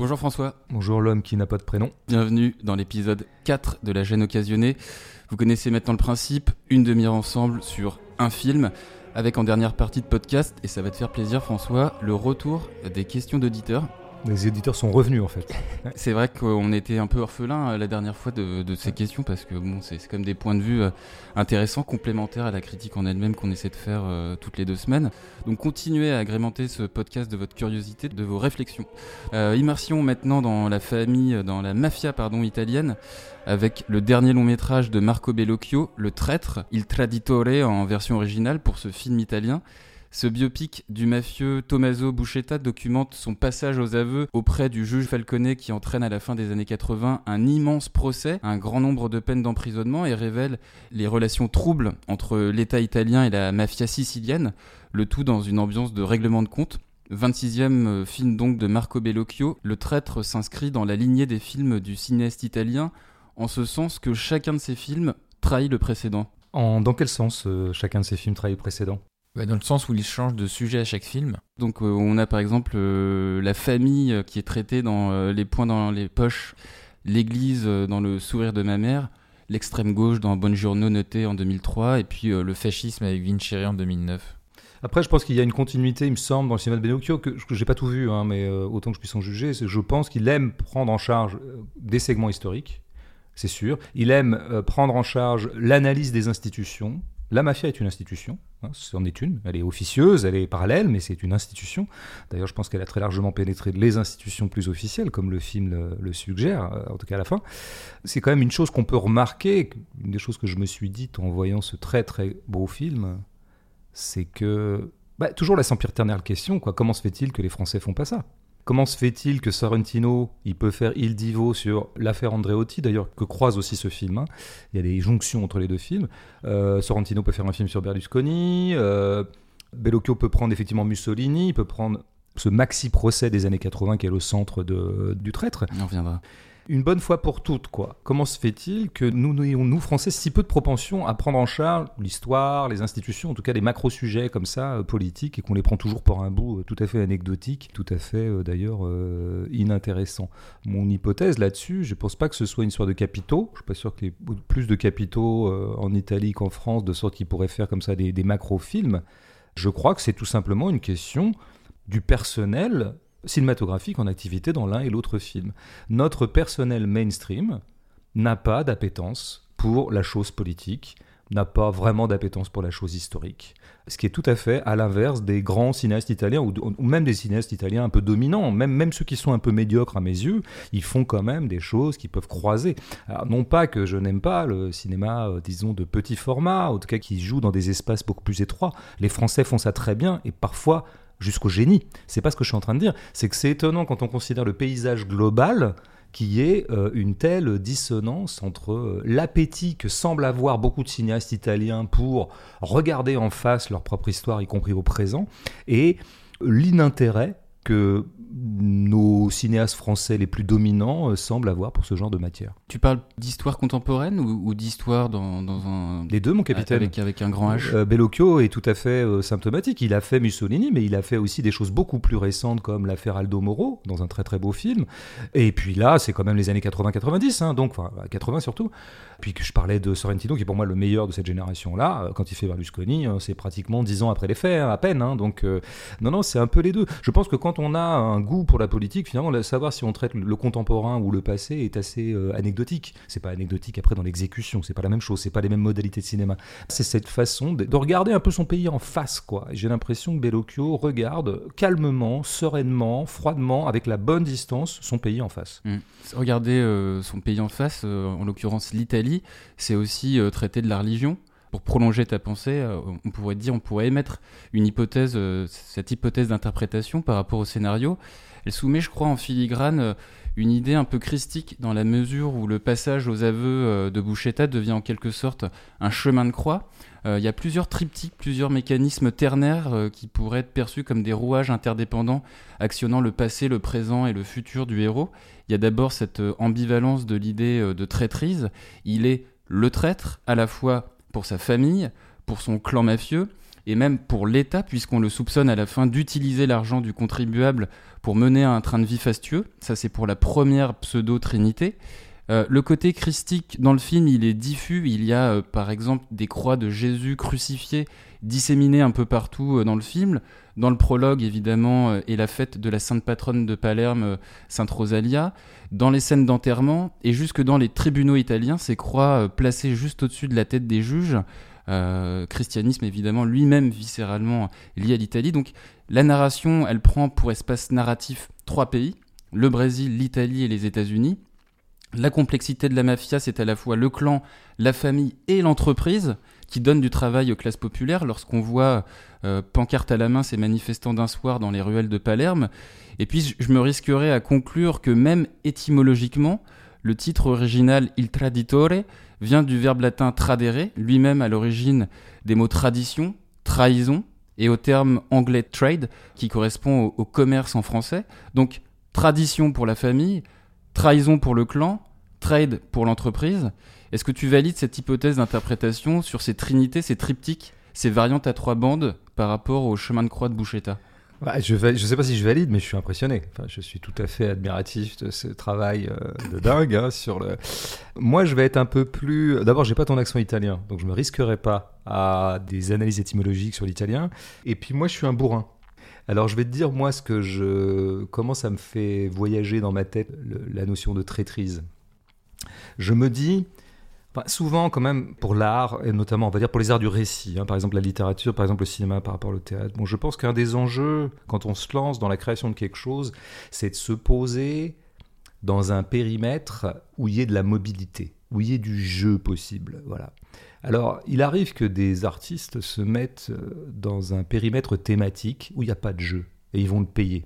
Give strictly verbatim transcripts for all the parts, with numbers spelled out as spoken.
Bonjour François. Bonjour l'homme qui n'a pas de prénom. Bienvenue dans l'épisode quatre de La Gêne Occasionnée. Vous connaissez maintenant le principe, une demi-heure ensemble sur un film, avec en dernière partie de podcast, et ça va te faire plaisir François, le retour des questions d'auditeurs. Les éditeurs sont revenus en fait. C'est vrai qu'on était un peu orphelins la dernière fois de, de ces questions parce que bon, c'est, c'est comme des points de vue euh, intéressants, complémentaires à la critique en elle-même qu'on essaie de faire euh, toutes les deux semaines. Donc continuez à agrémenter ce podcast de votre curiosité, de vos réflexions. Euh, immersion maintenant dans la famille, dans la mafia pardon, italienne, avec le dernier long métrage de Marco Bellocchio, Le Traître, Il Traditore en version originale pour ce film italien. Ce biopic du mafieux Tommaso Buscetta documente son passage aux aveux auprès du juge Falcone qui entraîne à la fin des années quatre-vingts un immense procès, un grand nombre de peines d'emprisonnement et révèle les relations troubles entre l'État italien et la mafia sicilienne, le tout dans une ambiance de règlement de compte. vingt-sixième film donc de Marco Bellocchio, Le Traître s'inscrit dans la lignée des films du cinéaste italien, en ce sens que chacun de ces films trahit le précédent. En, dans quel sens euh, chacun de ces films trahit le précédent ? Bah dans le sens où il change de sujet à chaque film. Donc euh, on a par exemple euh, la famille euh, qui est traitée dans euh, Les poings dans les poches, l'église euh, dans Le sourire de ma mère, l'extrême gauche dans Buongiorno noté en deux mille trois et puis euh, le fascisme avec Vincere en deux mille neuf. Après, je pense qu'il y a une continuité, il me semble, dans le cinéma de Bellocchio, que, que j'ai pas tout vu, hein, mais euh, autant que je puisse en juger, c'est, je pense qu'il aime prendre en charge euh, des segments historiques, c'est sûr. Il aime euh, prendre en charge l'analyse des institutions. La mafia est une institution, hein, c'en est une, elle est officieuse, elle est parallèle, mais c'est une institution. D'ailleurs, je pense qu'elle a très largement pénétré les institutions plus officielles, comme le film le, le suggère, en tout cas à la fin. C'est quand même une chose qu'on peut remarquer, une des choses que je me suis dites en voyant ce très très beau film, c'est que, bah, toujours la sempiternelle question, quoi, comment se fait-il que les Français font pas ça ? Comment se fait-il que Sorrentino, il peut faire Il Divo sur l'affaire Andreotti, d'ailleurs que croise aussi ce film, hein. Il y a des jonctions entre les deux films. Euh, Sorrentino peut faire un film sur Berlusconi, euh, Bellocchio peut prendre effectivement Mussolini, il peut prendre ce maxi-procès des années quatre-vingts qui est le centre de, du Traître. On reviendra. Une bonne fois pour toutes, quoi. Comment se fait-il que nous ayons, nous, Français, si peu de propension à prendre en charge l'histoire, les institutions, en tout cas des macro-sujets comme ça, euh, politiques, et qu'on les prend toujours pour un bout euh, tout à fait anecdotique, tout à fait, euh, d'ailleurs, euh, inintéressant. Mon hypothèse là-dessus, je ne pense pas que ce soit une histoire de capitaux. Je ne suis pas sûr qu'il y ait plus de capitaux euh, en Italie qu'en France, de sorte qu'ils pourraient faire comme ça des, des macro-films. Je crois que c'est tout simplement une question du personnel cinématographique en activité dans l'un et l'autre film. Notre personnel mainstream n'a pas d'appétence pour la chose politique, n'a pas vraiment d'appétence pour la chose historique, ce qui est tout à fait à l'inverse des grands cinéastes italiens, ou, ou même des cinéastes italiens un peu dominants, même, même ceux qui sont un peu médiocres à mes yeux, ils font quand même des choses qui peuvent croiser. Alors, non pas que je n'aime pas le cinéma, euh, disons, de petit format, en tout cas qui joue dans des espaces beaucoup plus étroits. Les Français font ça très bien, et parfois jusqu'au génie. C'est pas ce que je suis en train de dire. C'est que c'est étonnant quand on considère le paysage global qu'il y ait euh, une telle dissonance entre euh, l'appétit que semblent avoir beaucoup de cinéastes italiens pour regarder en face leur propre histoire, y compris au présent, et l'inintérêt que nos cinéastes français les plus dominants euh, semblent avoir pour ce genre de matière. Tu parles d'histoire contemporaine ou, ou d'histoire dans, dans un... Les deux, mon capitaine. Avec, avec un grand H. Euh, Bellocchio est tout à fait euh, symptomatique. Il a fait Mussolini, mais il a fait aussi des choses beaucoup plus récentes comme l'affaire Aldo Moro, dans un très très beau film. Et puis là, c'est quand même les années quatre-vingts quatre-vingt-dix, hein, donc, enfin, quatre-vingts surtout. Puis que je parlais de Sorrentino, qui est pour moi le meilleur de cette génération-là. Quand il fait Berlusconi, c'est pratiquement dix ans après les faits, à peine. Hein, donc, euh, non, non, c'est un peu les deux. Je pense que quand on a un goût pour la politique, finalement, savoir si on traite le contemporain ou le passé est assez euh, anecdotique. C'est pas anecdotique après dans l'exécution, c'est pas la même chose, c'est pas les mêmes modalités de cinéma. C'est cette façon de, de regarder un peu son pays en face, quoi. Et j'ai l'impression que Bellocchio regarde calmement, sereinement, froidement, avec la bonne distance, son pays en face. Mmh. Regarder euh, son pays en face, euh, en l'occurrence l'Italie, c'est aussi euh, traiter de la religion. Pour prolonger ta pensée, euh, on pourrait dire, on pourrait émettre une hypothèse, euh, cette hypothèse d'interprétation par rapport au scénario. Elle soumet, je crois, en filigrane euh, une idée un peu christique dans la mesure où le passage aux aveux euh, de Buscetta devient en quelque sorte un chemin de croix. Il euh, y a plusieurs triptyques, plusieurs mécanismes ternaires euh, qui pourraient être perçus comme des rouages interdépendants actionnant le passé, le présent et le futur du héros. Il y a d'abord cette euh, ambivalence de l'idée euh, de traîtrise. Il est le traître, à la fois pour sa famille, pour son clan mafieux, et même pour l'État, puisqu'on le soupçonne à la fin d'utiliser l'argent du contribuable pour mener un train de vie fastueux. Ça, c'est pour la première pseudo-trinité. Euh, le côté christique dans le film, il est diffus. Il y a, euh, par exemple, des croix de Jésus crucifié disséminées un peu partout euh, dans le film. Dans le prologue, évidemment, euh, est la fête de la sainte patronne de Palerme, euh, Sainte Rosalia. Dans les scènes d'enterrement et jusque dans les tribunaux italiens, ces croix euh, placées juste au-dessus de la tête des juges. Euh, christianisme, évidemment, lui-même viscéralement lié à l'Italie. Donc, la narration, elle prend pour espace narratif trois pays, le Brésil, l'Italie et les États-Unis. La complexité de la mafia, c'est à la fois le clan, la famille et l'entreprise qui donnent du travail aux classes populaires. Lorsqu'on voit euh, pancarte à la main ces manifestants d'un soir dans les ruelles de Palerme. Et puis, je me risquerais à conclure que même étymologiquement, le titre original Il Traditore vient du verbe latin tradere, lui-même à l'origine des mots tradition, trahison, et au terme anglais trade, qui correspond au, au commerce en français. Donc, tradition pour la famille, trahison pour le clan, trade pour l'entreprise. Est-ce que tu valides cette hypothèse d'interprétation sur ces trinités, ces triptyques, ces variantes à trois bandes par rapport au chemin de croix de Buscetta ? Ouais, je ne sais pas si je valide, mais je suis impressionné. Enfin, je suis tout à fait admiratif de ce travail euh, de dingue. Hein, sur le... Moi, je vais être un peu plus... D'abord, je n'ai pas ton accent italien, donc je ne me risquerai pas à des analyses étymologiques sur l'italien. Et puis moi, je suis un bourrin. Alors, je vais te dire, moi, ce que je... comment ça me fait voyager dans ma tête, le, la notion de traîtrise. Je me dis... Enfin, souvent, quand même, pour l'art, et notamment, on va dire, pour les arts du récit, hein, par exemple la littérature, par exemple le cinéma par rapport au théâtre, bon, je pense qu'un des enjeux, quand on se lance dans la création de quelque chose, c'est de se poser dans un périmètre où il y ait de la mobilité, où il y ait du jeu possible. Voilà. Alors, il arrive que des artistes se mettent dans un périmètre thématique où il n'y a pas de jeu, et ils vont le payer.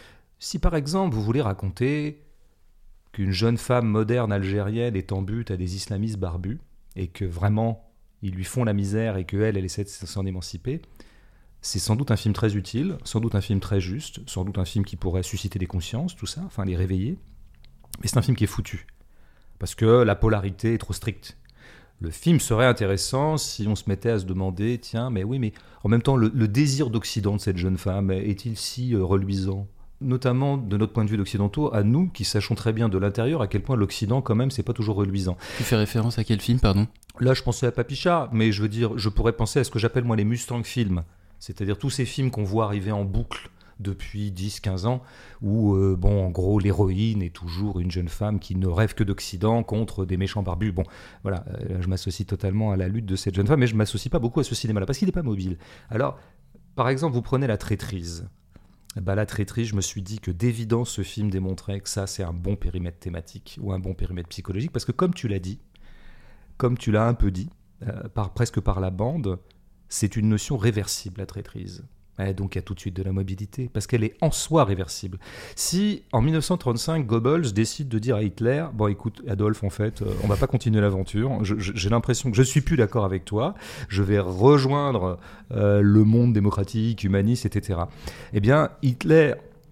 Si, par exemple, vous voulez raconter qu'une jeune femme moderne algérienne est en but à des islamistes barbus et que vraiment ils lui font la misère et qu'elle, elle essaie de s'en émanciper, c'est sans doute un film très utile, sans doute un film très juste, sans doute un film qui pourrait susciter des consciences, tout ça, enfin les réveiller, mais c'est un film qui est foutu, parce que la polarité est trop stricte. Le film serait intéressant si on se mettait à se demander, tiens, mais oui, mais en même temps, le, le désir d'Occident de cette jeune femme est-il si euh, reluisant ? Notamment de notre point de vue d'occidentaux, à nous qui sachons très bien de l'intérieur à quel point l'Occident quand même c'est pas toujours reluisant. Tu fais référence à quel film, pardon ? Là je pensais à Papicha, mais je veux dire, je pourrais penser à ce que j'appelle moi les Mustang films, c'est-à-dire tous ces films qu'on voit arriver en boucle depuis dix quinze ans, où euh, bon, en gros l'héroïne est toujours une jeune femme qui ne rêve que d'Occident contre des méchants barbus. Bon, voilà, euh, je m'associe totalement à la lutte de cette jeune femme, mais je m'associe pas beaucoup à ce cinéma-là, parce qu'il n'est pas mobile. Alors, par exemple, vous prenez La Traîtrise. Bah, La Traîtrise, je me suis dit que d'évidence, ce film démontrait que ça, c'est un bon périmètre thématique ou un bon périmètre psychologique, parce que comme tu l'as dit, comme tu l'as un peu dit, euh, par, presque par la bande, c'est une notion réversible, la traîtrise. Et donc il y a tout de suite de la mobilité, parce qu'elle est en soi réversible. Si, en dix-neuf cent trente-cinq, Goebbels décide de dire à Hitler, bon écoute, Adolphe, en fait, euh, on va pas continuer l'aventure, je, je, j'ai l'impression que je suis plus d'accord avec toi, je vais rejoindre euh, le monde démocratique, humaniste, et cetera. Eh bien, Hitler,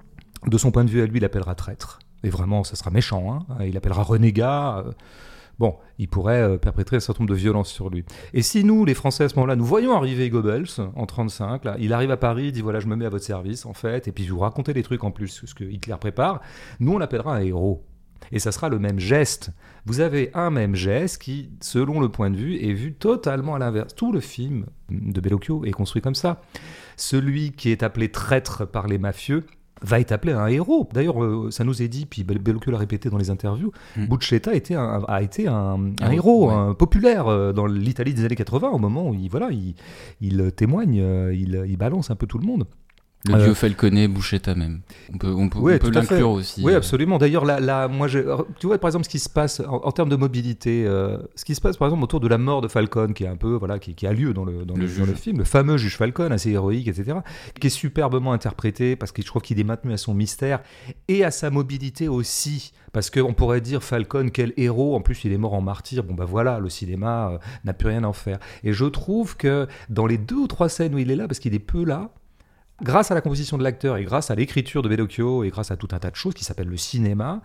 de son point de vue à lui, l'appellera traître. Et vraiment, ça sera méchant, hein, il appellera renégat... Euh, Bon, il pourrait euh, perpétrer un certain nombre de violences sur lui. Et si nous, les Français, à ce moment-là, nous voyons arriver Goebbels, en trente-cinq, là, il arrive à Paris, il dit « voilà, je me mets à votre service, en fait », et puis vous racontez des trucs en plus, ce que Hitler prépare, nous, on l'appellera un héros. Et ça sera le même geste. Vous avez un même geste qui, selon le point de vue, est vu totalement à l'inverse. Tout le film de Bellocchio est construit comme ça. Celui qui est appelé traître par les mafieux va être appelé un héros. D'ailleurs, euh, ça nous est dit, puis Bellocchio l'a répété dans les interviews, mmh. Buscetta était un, a été un, un ah, héros, ouais. un populaire euh, dans l'Italie des années quatre-vingts, au moment où il, voilà, il, il témoigne, euh, il, il balance un peu tout le monde. Le duo euh, Falconet, Buscetta même. On peut, on peut, ouais, on peut l'inclure aussi. Oui, absolument. D'ailleurs, là, là, moi, je, tu vois, par exemple, ce qui se passe en, en termes de mobilité, euh, ce qui se passe, par exemple, autour de la mort de Falcone, qui est un peu, voilà, qui, qui a lieu dans le, dans le, le, dans le film, le fameux juge Falcone, assez héroïque, et cetera, qui est superbement interprété, parce que je trouve qu'il est maintenu à son mystère et à sa mobilité aussi. Parce qu'on pourrait dire Falcone, quel héros, en plus il est mort en martyr, bon bah voilà, le cinéma euh, n'a plus rien à en faire. Et je trouve que dans les deux ou trois scènes où il est là, parce qu'il est peu là, grâce à la composition de l'acteur et grâce à l'écriture de Bellocchio et grâce à tout un tas de choses qui s'appellent le cinéma,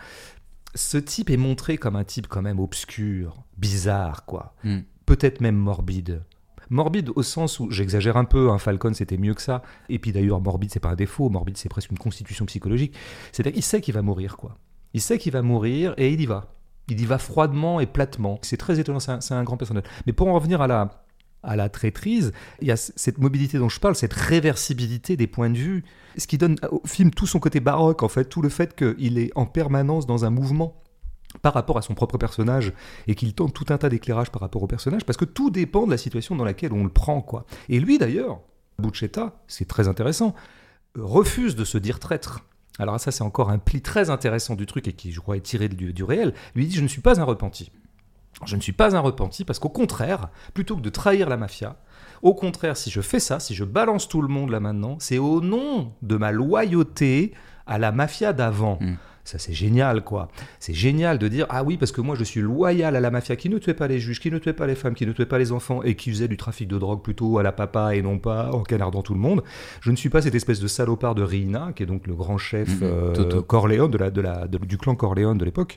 ce type est montré comme un type quand même obscur, bizarre, quoi. Mm. Peut-être même morbide. Morbide au sens où, j'exagère un peu, hein, Falcone c'était mieux que ça, et puis d'ailleurs morbide c'est pas un défaut, morbide c'est presque une constitution psychologique, c'est-à-dire qu'il sait qu'il va mourir, quoi. Il sait qu'il va mourir et il y va. Il y va froidement et platement. C'est très étonnant, c'est un, c'est un grand personnage. Mais pour en revenir à la, à la traîtrise, il y a cette mobilité dont je parle, cette réversibilité des points de vue, ce qui donne au film tout son côté baroque, en fait, tout le fait qu'il est en permanence dans un mouvement par rapport à son propre personnage et qu'il tente tout un tas d'éclairages par rapport au personnage, parce que tout dépend de la situation dans laquelle on le prend, quoi. Et lui d'ailleurs, Buscetta, c'est très intéressant, refuse de se dire traître. Alors ça c'est encore un pli très intéressant du truc et qui je crois est tiré du, du réel. Lui dit je ne suis pas un repenti. Je ne suis pas un repenti parce qu'au contraire, plutôt que de trahir la mafia, au contraire si je fais ça, si je balance tout le monde là maintenant, c'est au nom de ma loyauté à la mafia d'avant. Mmh. Ça, c'est génial, quoi. C'est génial de dire, ah oui, parce que moi, je suis loyal à la mafia qui ne tuait pas les juges, qui ne tuait pas les femmes, qui ne tuait pas les enfants et qui faisait du trafic de drogue plutôt à la papa et non pas en canardant tout le monde. Je ne suis pas cette espèce de salopard de Riina, qui est donc le grand chef mmh, euh, Corleone, de la, de la, de, du clan Corleone de l'époque.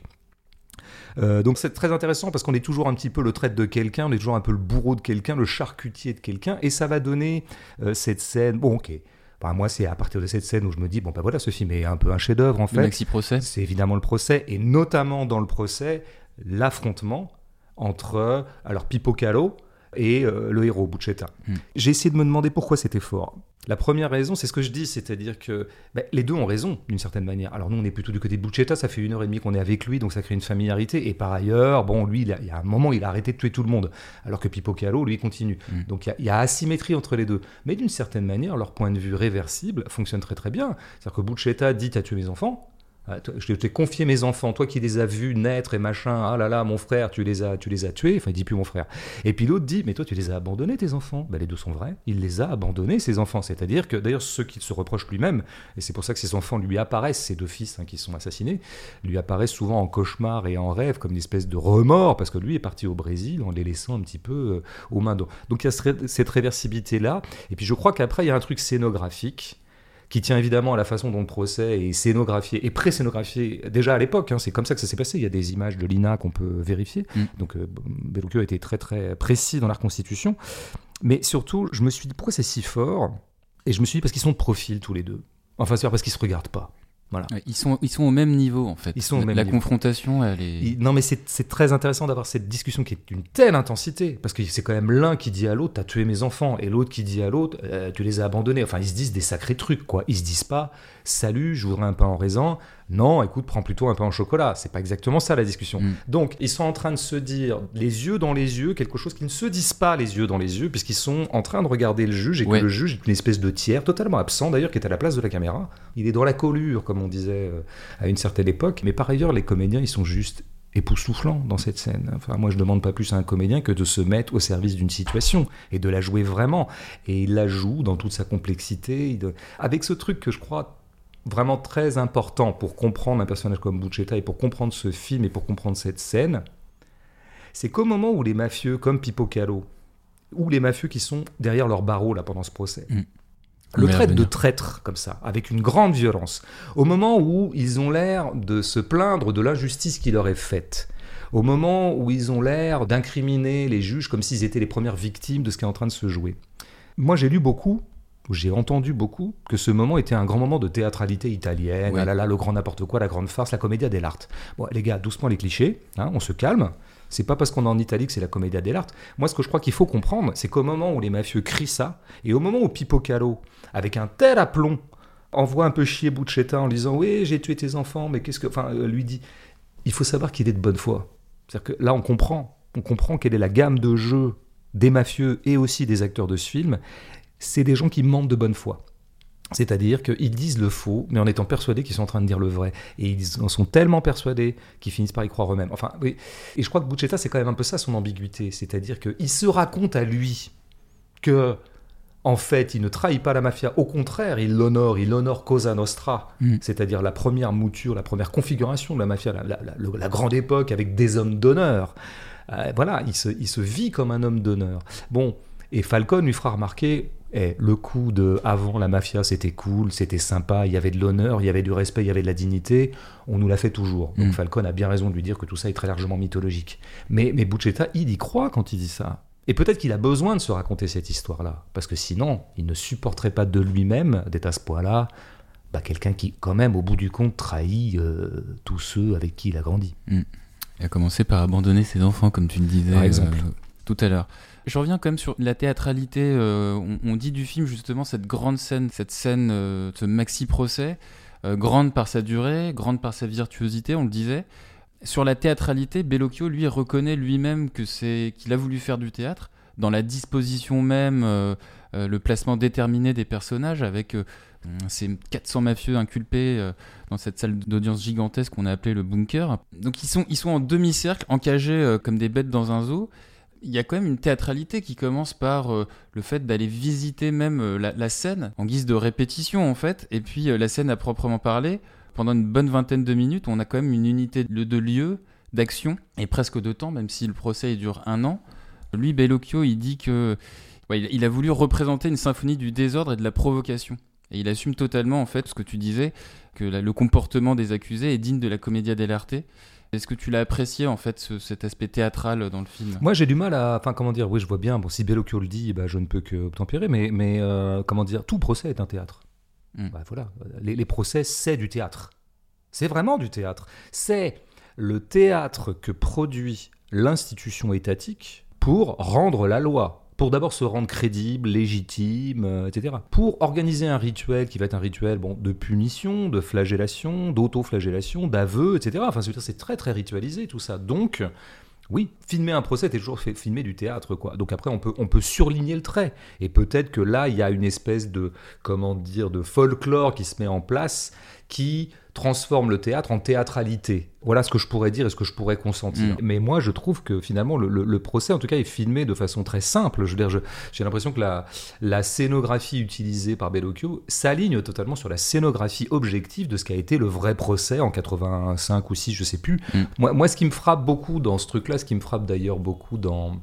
Euh, donc c'est très intéressant parce qu'on est toujours un petit peu le traître de quelqu'un, on est toujours un peu le bourreau de quelqu'un, le charcutier de quelqu'un, et ça va donner euh, cette scène, bon ok, enfin, moi c'est à partir de cette scène où je me dis, bon ben voilà, ce film est un peu un chef-d'œuvre en fait. Le maxi-procès. C'est évidemment le procès, et notamment dans le procès, l'affrontement entre alors Pippo Calo et euh, le héros, Buscetta. Mm. J'ai essayé de me demander pourquoi c'était fort. La première raison, c'est ce que je dis, c'est-à-dire que ben, les deux ont raison, d'une certaine manière. Alors nous, on est plutôt du côté de Buscetta, ça fait une heure et demie qu'on est avec lui, donc ça crée une familiarité. Et par ailleurs, bon, lui, il, a, il y a un moment, il a arrêté de tuer tout le monde, alors que Pippo Calo, lui, continue. Mm. Donc il y, a, il y a asymétrie entre les deux. Mais d'une certaine manière, leur point de vue réversible fonctionne très très bien. C'est-à-dire que Buscetta dit « t'as tué mes enfants ». Je t'ai confié mes enfants, toi qui les as vus naître et machin, ah là là, mon frère, tu les as, tu les as tués, enfin il dit plus mon frère. Et puis l'autre dit, mais toi tu les as abandonnés tes enfants. Ben, les deux sont vrais, il les a abandonnés ses enfants, c'est-à-dire que d'ailleurs ceux qui se reprochent lui-même, et c'est pour ça que ses enfants lui apparaissent, ses deux fils hein, qui sont assassinés, lui apparaissent souvent en cauchemar et en rêve comme une espèce de remords, parce que lui est parti au Brésil en les laissant un petit peu euh, aux mains d'eau. Donc il y a cette réversibilité-là, et puis je crois qu'après il y a un truc scénographique, qui tient évidemment à la façon dont le procès est scénographié et pré-scénographié déjà à l'époque, hein, c'est comme ça que ça s'est passé, il y a des images de l'I N A qu'on peut vérifier, mm. donc euh, Bellocchio a été très très précis dans la reconstitution, mais surtout je me suis dit pourquoi c'est si fort, et je me suis dit parce qu'ils sont de profil tous les deux, enfin c'est parce qu'ils se regardent pas. Voilà. Ils sont, ils sont au même niveau en fait. Ils sont au même la niveau. confrontation, elle est. Il, non mais c'est, c'est très intéressant d'avoir cette discussion qui est d'une telle intensité, parce que c'est quand même l'un qui dit à l'autre t'as tué mes enfants, et l'autre qui dit à l'autre euh, tu les as abandonnés. Enfin ils se disent des sacrés trucs quoi. Ils se disent pas salut je voudrais un pain en raisin. Non écoute prends plutôt un pain en chocolat. C'est pas exactement ça la discussion. Mm. Donc ils sont en train de se dire les yeux dans les yeux quelque chose qu'ils ne se disent pas les yeux dans les yeux, puisqu'ils sont en train de regarder le juge et ouais. que le juge est une espèce de tiers totalement absent d'ailleurs qui est à la place de la caméra. Il est dans la collure comme on disait euh, à une certaine époque, mais par ailleurs les comédiens ils sont juste époustouflants dans cette scène. Enfin moi je demande pas plus à un comédien que de se mettre au service d'une situation et de la jouer vraiment, et il la joue dans toute sa complexité de... avec ce truc que je crois vraiment très important pour comprendre un personnage comme Buscetta et pour comprendre ce film et pour comprendre cette scène, c'est qu'au moment où les mafieux comme Pippo Calo ou les mafieux qui sont derrière leur barreau là pendant ce procès mmh. le traite de traître comme ça, avec une grande violence. Au moment où ils ont l'air de se plaindre de l'injustice qui leur est faite, au moment où ils ont l'air d'incriminer les juges comme s'ils étaient les premières victimes de ce qui est en train de se jouer. Moi, j'ai lu beaucoup, j'ai entendu beaucoup, que ce moment était un grand moment de théâtralité italienne, oui. ah là là, le grand n'importe quoi, la grande farce, la commedia dell'arte. Bon, les gars, doucement les clichés, hein, on se calme. C'est pas parce qu'on est en Italie que c'est la commedia dell'arte. Moi, ce que je crois qu'il faut comprendre, c'est qu'au moment où les mafieux crient ça, et au moment où Pippo Calo, avec un tel aplomb, envoie un peu chier Buscetta en lui disant « Oui, j'ai tué tes enfants, mais qu'est-ce que... » Enfin, euh, lui dit « Il faut savoir qu'il est de bonne foi. » C'est-à-dire que là, on comprend. On comprend quelle est la gamme de jeu des mafieux et aussi des acteurs de ce film. C'est des gens qui mentent de bonne foi. C'est-à-dire qu'ils disent le faux, mais en étant persuadés qu'ils sont en train de dire le vrai. Et ils en sont tellement persuadés qu'ils finissent par y croire eux-mêmes. Enfin, oui. Et je crois que Buscetta, c'est quand même un peu ça son ambiguïté. C'est-à-dire qu'il se raconte à lui que, en fait, il ne trahit pas la mafia. Au contraire, il l'honore, il honore Cosa Nostra. Mm. C'est-à-dire la première mouture, la première configuration de la mafia, la, la, la, la grande époque avec des hommes d'honneur. Euh, voilà, il se, il se vit comme un homme d'honneur. Bon, et Falcone lui fera remarquer... Eh, le coup de avant la mafia c'était cool, c'était sympa, il y avait de l'honneur, il y avait du respect, il y avait de la dignité, on nous l'a fait toujours. Donc mmh. Falcone a bien raison de lui dire que tout ça est très largement mythologique. Mais, mais Buscetta, il y croit quand il dit ça. Et peut-être qu'il a besoin de se raconter cette histoire-là, parce que sinon, il ne supporterait pas de lui-même d'être à ce point-là bah, quelqu'un qui, quand même, au bout du compte, trahit euh, tous ceux avec qui il a grandi. Mmh. Il a commencé par abandonner ses enfants, comme tu le disais Par exemple. euh, tout à l'heure. Je reviens quand même sur la théâtralité. Euh, on, on dit du film, justement, cette grande scène, cette scène, euh, ce maxi-procès, euh, grande par sa durée, grande par sa virtuosité, on le disait. Sur la théâtralité, Bellocchio, lui, reconnaît lui-même que c'est, qu'il a voulu faire du théâtre, dans la disposition même, euh, euh, le placement déterminé des personnages, avec euh, ces quatre cents mafieux inculpés euh, dans cette salle d'audience gigantesque qu'on a appelée le bunker. Donc ils sont, ils sont en demi-cercle, encagés euh, comme des bêtes dans un zoo. Il y a quand même une théâtralité qui commence par euh, le fait d'aller visiter même euh, la, la scène, en guise de répétition en fait, et puis euh, la scène à proprement parler. Pendant une bonne vingtaine de minutes, on a quand même une unité de, de lieu, d'action, et presque de temps, même si le procès il dure un an. Lui, Bellocchio, il dit que ouais, il, il a voulu représenter une symphonie du désordre et de la provocation. Et il assume totalement, en fait, ce que tu disais, que la, le comportement des accusés est digne de la commedia dell'arte. Est-ce que tu l'as apprécié, en fait, ce, cet aspect théâtral dans le film ? Moi, j'ai du mal à... Enfin, comment dire ? Oui, je vois bien. Bon, si Bellocchio le dit, bah, je ne peux que obtempérer. Mais, mais euh, comment dire ? Tout procès est un théâtre. Mm. Bah, voilà. Les, les procès, c'est du théâtre. C'est vraiment du théâtre. C'est le théâtre que produit l'institution étatique pour rendre la loi, pour d'abord se rendre crédible, légitime, euh, et cetera. Pour organiser un rituel qui va être un rituel bon, de punition, de flagellation, d'auto-flagellation, d'aveu, et cetera. Enfin, c'est très très ritualisé tout ça. Donc, oui, filmer un procès, c'est toujours fait, filmer du théâtre, quoi. Donc après, on peut, on peut surligner le trait. Et peut-être que là, il y a une espèce de, comment dire, de folklore qui se met en place, qui transforme le théâtre en théâtralité. Voilà ce que je pourrais dire et ce que je pourrais consentir. Mmh. Mais moi, je trouve que finalement, le, le, le procès, en tout cas, est filmé de façon très simple. Je veux dire, je, j'ai l'impression que la, la scénographie utilisée par Bellocchio s'aligne totalement sur la scénographie objective de ce qu'a été le vrai procès en quatre-vingt-cinq ou six, je sais plus. Mmh. Moi, moi, ce qui me frappe beaucoup dans ce truc-là, ce qui me frappe d'ailleurs beaucoup dans,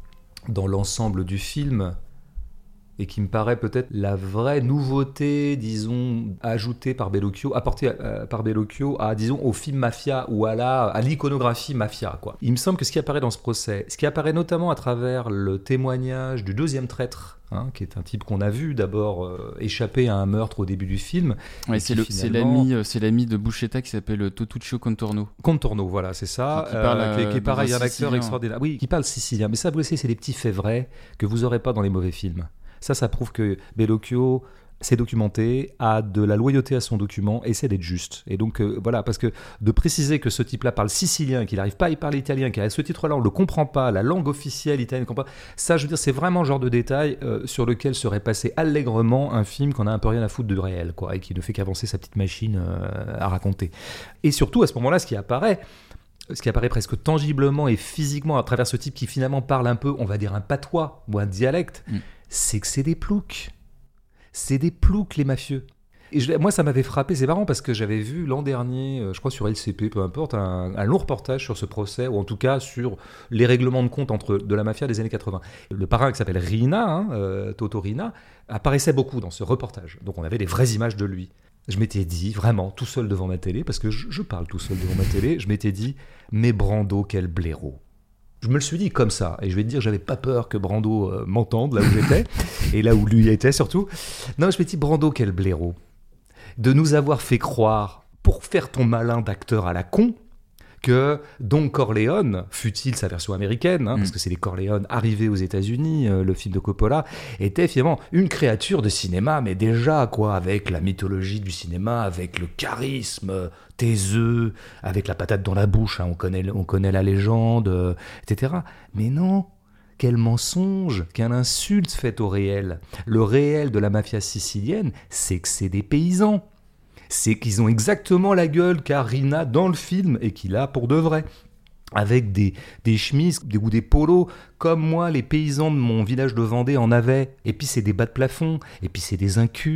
dans l'ensemble du film, et qui me paraît peut-être la vraie nouveauté, disons, ajoutée par Bellocchio, apportée euh, par Bellocchio à, disons, au film mafia ou à, la, à l'iconographie mafia, quoi. Il me semble que ce qui apparaît dans ce procès, ce qui apparaît notamment à travers le témoignage du deuxième traître, hein, qui est un type qu'on a vu d'abord euh, échapper à un meurtre au début du film. Ouais, c'est, le, finalement... c'est, l'ami, euh, c'est l'ami de Buscetta qui s'appelle Totuccio Contorno. Contorno, voilà, c'est ça. Qui, qui, parle, euh, qui, qui est pareil, un, un acteur extraordinaire. Oui, qui parle sicilien. Mais ça, vous le savez, c'est des petits faits vrais que vous n'aurez pas dans les mauvais films. Ça, ça prouve que Bellocchio s'est documenté, a de la loyauté à son document, essaie d'être juste. Et donc, euh, voilà, parce que de préciser que ce type-là parle sicilien, qu'il n'arrive pas à y parler italien, qu'à ce titre-là, on ne le comprend pas, la langue officielle italienne ne comprend pas, ça, je veux dire, c'est vraiment le genre de détail euh, sur lequel serait passé allègrement un film qu'on a un peu rien à foutre du réel, quoi, et qui ne fait qu'avancer sa petite machine euh, à raconter. Et surtout, à ce moment-là, ce qui apparaît... ce qui apparaît presque tangiblement et physiquement à travers ce type qui finalement parle un peu, on va dire un patois ou un dialecte, mm. c'est que c'est des ploucs. C'est des ploucs, les mafieux. Et je, moi, ça m'avait frappé, c'est marrant parce que j'avais vu l'an dernier, je crois sur L C P, peu importe, un, un long reportage sur ce procès, ou en tout cas sur les règlements de compte entre, de la mafia des années quatre-vingts. Le parrain qui s'appelle Rina, hein, euh, Toto Rina, apparaissait beaucoup dans ce reportage. Donc on avait des vraies images de lui. Je m'étais dit, vraiment, tout seul devant ma télé, parce que je, je parle tout seul devant ma télé, je m'étais dit, mais Brando, quel blaireau. Je me le suis dit comme ça, et je vais te dire, j'avais pas peur que Brando euh, m'entende là où j'étais, et là où lui était surtout. Non, je me dis, Brando, quel blaireau. De nous avoir fait croire, pour faire ton malin d'acteur à la con, que Don Corleone, fût-il sa version américaine, hein, mmh. parce que c'est les Corleone arrivés aux États-Unis, euh, le film de Coppola, était finalement une créature de cinéma, mais déjà, quoi, avec la mythologie du cinéma, avec le charisme taiseux, avec la patate dans la bouche, hein, on connaît, on connaît la légende, euh, et cetera. Mais non, quel mensonge, quelle insulte faite au réel. Le réel de la mafia sicilienne, c'est que c'est des paysans. C'est qu'ils ont exactement la gueule qu'a Rina dans le film et qu'il a pour de vrai. Avec des, des chemises des, ou des polos, comme moi, les paysans de mon village de Vendée en avaient. Et puis c'est des bas de plafond, et puis c'est des incultes.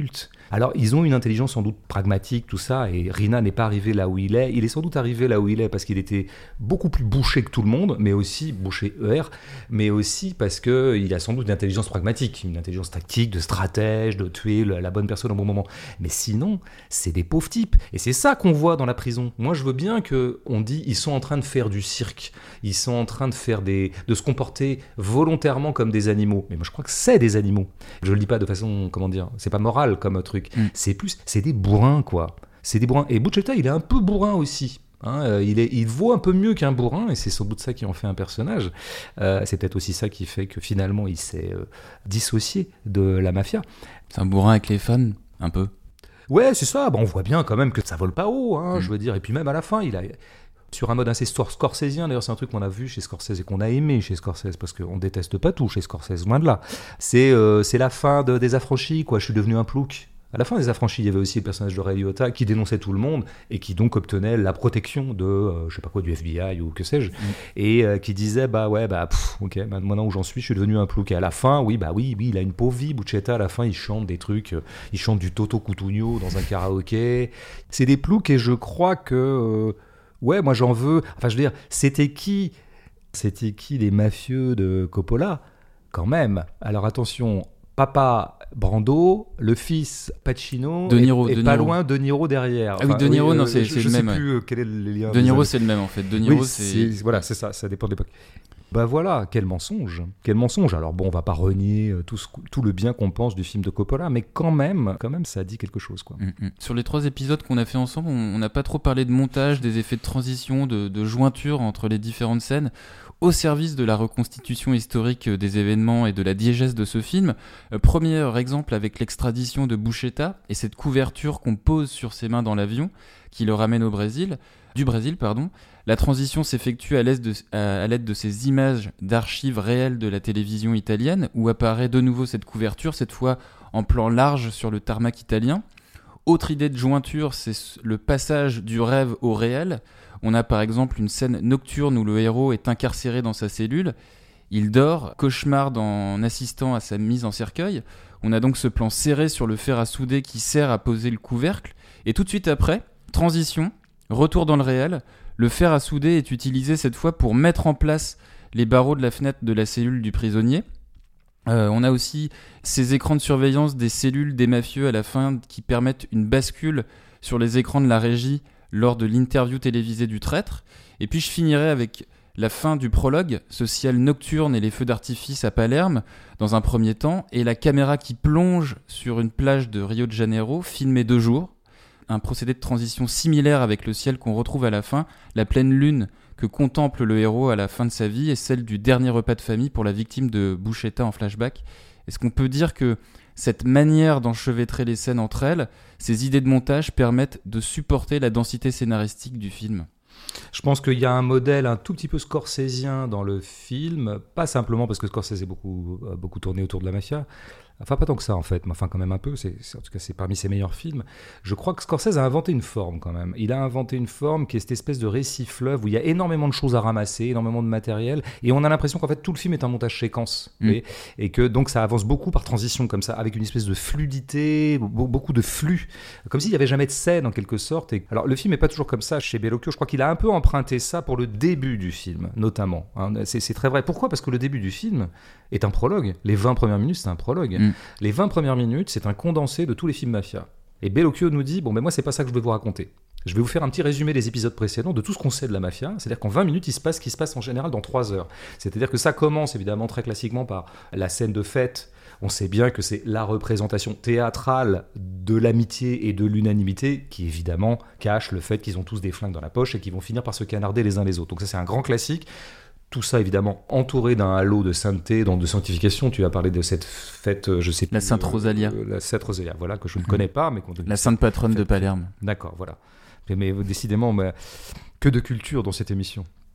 Alors, ils ont une intelligence sans doute pragmatique, tout ça, et Rina n'est pas arrivé là où il est. Il est sans doute arrivé là où il est parce qu'il était beaucoup plus bouché que tout le monde, mais aussi, bouché E R, mais aussi parce qu'il a sans doute une intelligence pragmatique, une intelligence tactique, de stratège, de tuer la bonne personne au bon moment. Mais sinon, c'est des pauvres types. Et c'est ça qu'on voit dans la prison. Moi, je veux bien qu'on dit ils sont en train de faire du cirque, ils sont en train de, faire des, de se comporter volontairement comme des animaux. Mais moi, je crois que c'est des animaux. Je le dis pas de façon, comment dire, c'est pas moral comme truc. Mm. C'est plus, c'est des bourrins, quoi. C'est des bourrins. Et Buscetta, il est un peu bourrin aussi. Hein, euh, il, est, il vaut un peu mieux qu'un bourrin, et c'est sans doute ça qui en fait un personnage. Euh, c'est peut-être aussi ça qui fait que finalement, il s'est euh, dissocié de la mafia. C'est un bourrin avec les fans, un peu. Ouais, c'est ça. Bon, on voit bien quand même que ça vole pas haut, hein, mm. je veux dire. Et puis même à la fin, il a... Sur un mode assez scorsésien, d'ailleurs c'est un truc qu'on a vu chez Scorsese et qu'on a aimé chez Scorsese, parce qu'on déteste pas tout chez Scorsese, loin de là. C'est, euh, c'est la fin de, des Affranchis, quoi. Je suis devenu un plouc. À la fin des Affranchis, il y avait aussi le personnage de Ray Liotta qui dénonçait tout le monde et qui donc obtenait la protection de, euh, je sais pas quoi, du F B I ou que sais-je, mm. et euh, qui disait, bah ouais, bah pff, ok, bah, maintenant où j'en suis, je suis devenu un plouc. Et à la fin, oui, bah oui, oui, il a une pauvre vie, Buscetta, à la fin, il chante des trucs, euh, il chante du Toto Cutugno dans un karaoké. C'est des ploucs et je crois que... Euh, ouais, moi j'en veux. Enfin, je veux dire, c'était qui, c'était qui les mafieux de Coppola, quand même. Alors attention, papa Brando, le fils Pacino, De Niro, et, et De pas Niro. loin De Niro derrière. Ah oui, De Niro, oui, non, euh, c'est, je, c'est je le sais même. plus Ouais. quel est le lien. De Niro, c'est le même en fait. De Niro, oui, c'est... c'est voilà, c'est ça, ça dépend de l'époque. Bah voilà, quel mensonge, quel mensonge. Alors bon, on va pas renier tout, ce, tout le bien qu'on pense du film de Coppola, mais quand même, quand même, ça dit quelque chose, quoi. Mm-hmm. Sur les trois épisodes qu'on a fait ensemble, on n'a pas trop parlé de montage, des effets de transition, de, de jointure entre les différentes scènes, au service de la reconstitution historique des événements et de la diégèse de ce film. Euh, premier exemple avec l'extradition de Buscetta et cette couverture qu'on pose sur ses mains dans l'avion, qui le ramène au Brésil, du Brésil, pardon. La transition s'effectue à l'aide de, à, à l'aide de ces images d'archives réelles de la télévision italienne, où apparaît de nouveau cette couverture, cette fois en plan large sur le tarmac italien. Autre idée de jointure, c'est le passage du rêve au réel. On a par exemple une scène nocturne où le héros est incarcéré dans sa cellule. Il dort, cauchemarde en assistant à sa mise en cercueil. On a donc ce plan serré sur le fer à souder qui sert à poser le couvercle. Et tout de suite après, transition, retour dans le réel. Le fer à souder est utilisé cette fois pour mettre en place les barreaux de la fenêtre de la cellule du prisonnier. Euh, on a aussi ces écrans de surveillance des cellules des mafieux à la fin qui permettent une bascule sur les écrans de la régie lors de l'interview télévisée du traître. Et puis je finirai avec la fin du prologue, ce ciel nocturne et les feux d'artifice à Palerme dans un premier temps, et la caméra qui plonge sur une plage de Rio de Janeiro, filmée de jour. Un procédé de transition similaire avec le ciel qu'on retrouve à la fin, la pleine lune que contemple le héros à la fin de sa vie et celle du dernier repas de famille pour la victime de Buscetta en flashback. Est-ce qu'on peut dire que cette manière d'enchevêtrer les scènes entre elles, ces idées de montage permettent de supporter la densité scénaristique du film ? Je pense qu'il y a un modèle un tout petit peu scorsésien dans le film, pas simplement parce que Scorsese est beaucoup, beaucoup tourné autour de la mafia, enfin pas tant que ça en fait, mais enfin quand même un peu, c'est, c'est, en tout cas c'est parmi ses meilleurs films. Je crois que Scorsese a inventé une forme quand même, il a inventé une forme qui est cette espèce de récit fleuve où il y a énormément de choses à ramasser, énormément de matériel, et on a l'impression qu'en fait tout le film est un montage séquence, mmh. et, et que donc ça avance beaucoup par transition comme ça, avec une espèce de fluidité, beaucoup de flux, comme s'il n'y avait jamais de scène en quelque sorte. Et, alors le film n'est pas toujours comme ça chez Bellocchio, je crois qu'il a un peu emprunté ça pour le début du film, notamment. Hein. C'est, c'est très vrai. Pourquoi ? Parce que le début du film est un prologue. Les vingt premières minutes, c'est un prologue. Mm. Les vingt premières minutes, c'est un condensé de tous les films mafia. Et Bellocchio nous dit, bon, ben moi, c'est pas ça que je vais vous raconter. Je vais vous faire un petit résumé des épisodes précédents de tout ce qu'on sait de la mafia. C'est-à-dire qu'en vingt minutes, il se passe ce qui se passe en général dans trois heures. C'est-à-dire que ça commence évidemment très classiquement par la scène de fête. On sait bien que c'est la représentation théâtrale de l'amitié et de l'unanimité qui évidemment cache le fait qu'ils ont tous des flingues dans la poche et qu'ils vont finir par se canarder les uns les autres. Donc ça, c'est un grand classique. Tout ça, évidemment, entouré d'un halo de sainteté, de sanctification. Tu as parlé de cette fête, je sais plus... La Sainte Rosalia. Euh, la Sainte Rosalia, voilà, que je ne mmh. connais pas. Mais qu'on la sainte patronne de Palerme. D'accord, voilà. Mais décidément, mais, que de culture dans cette émission.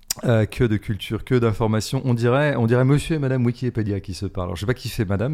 Euh, que de culture, que d'informations. On dirait, on dirait monsieur et madame Wikipédia qui se parlent. Alors, je sais pas qui fait madame.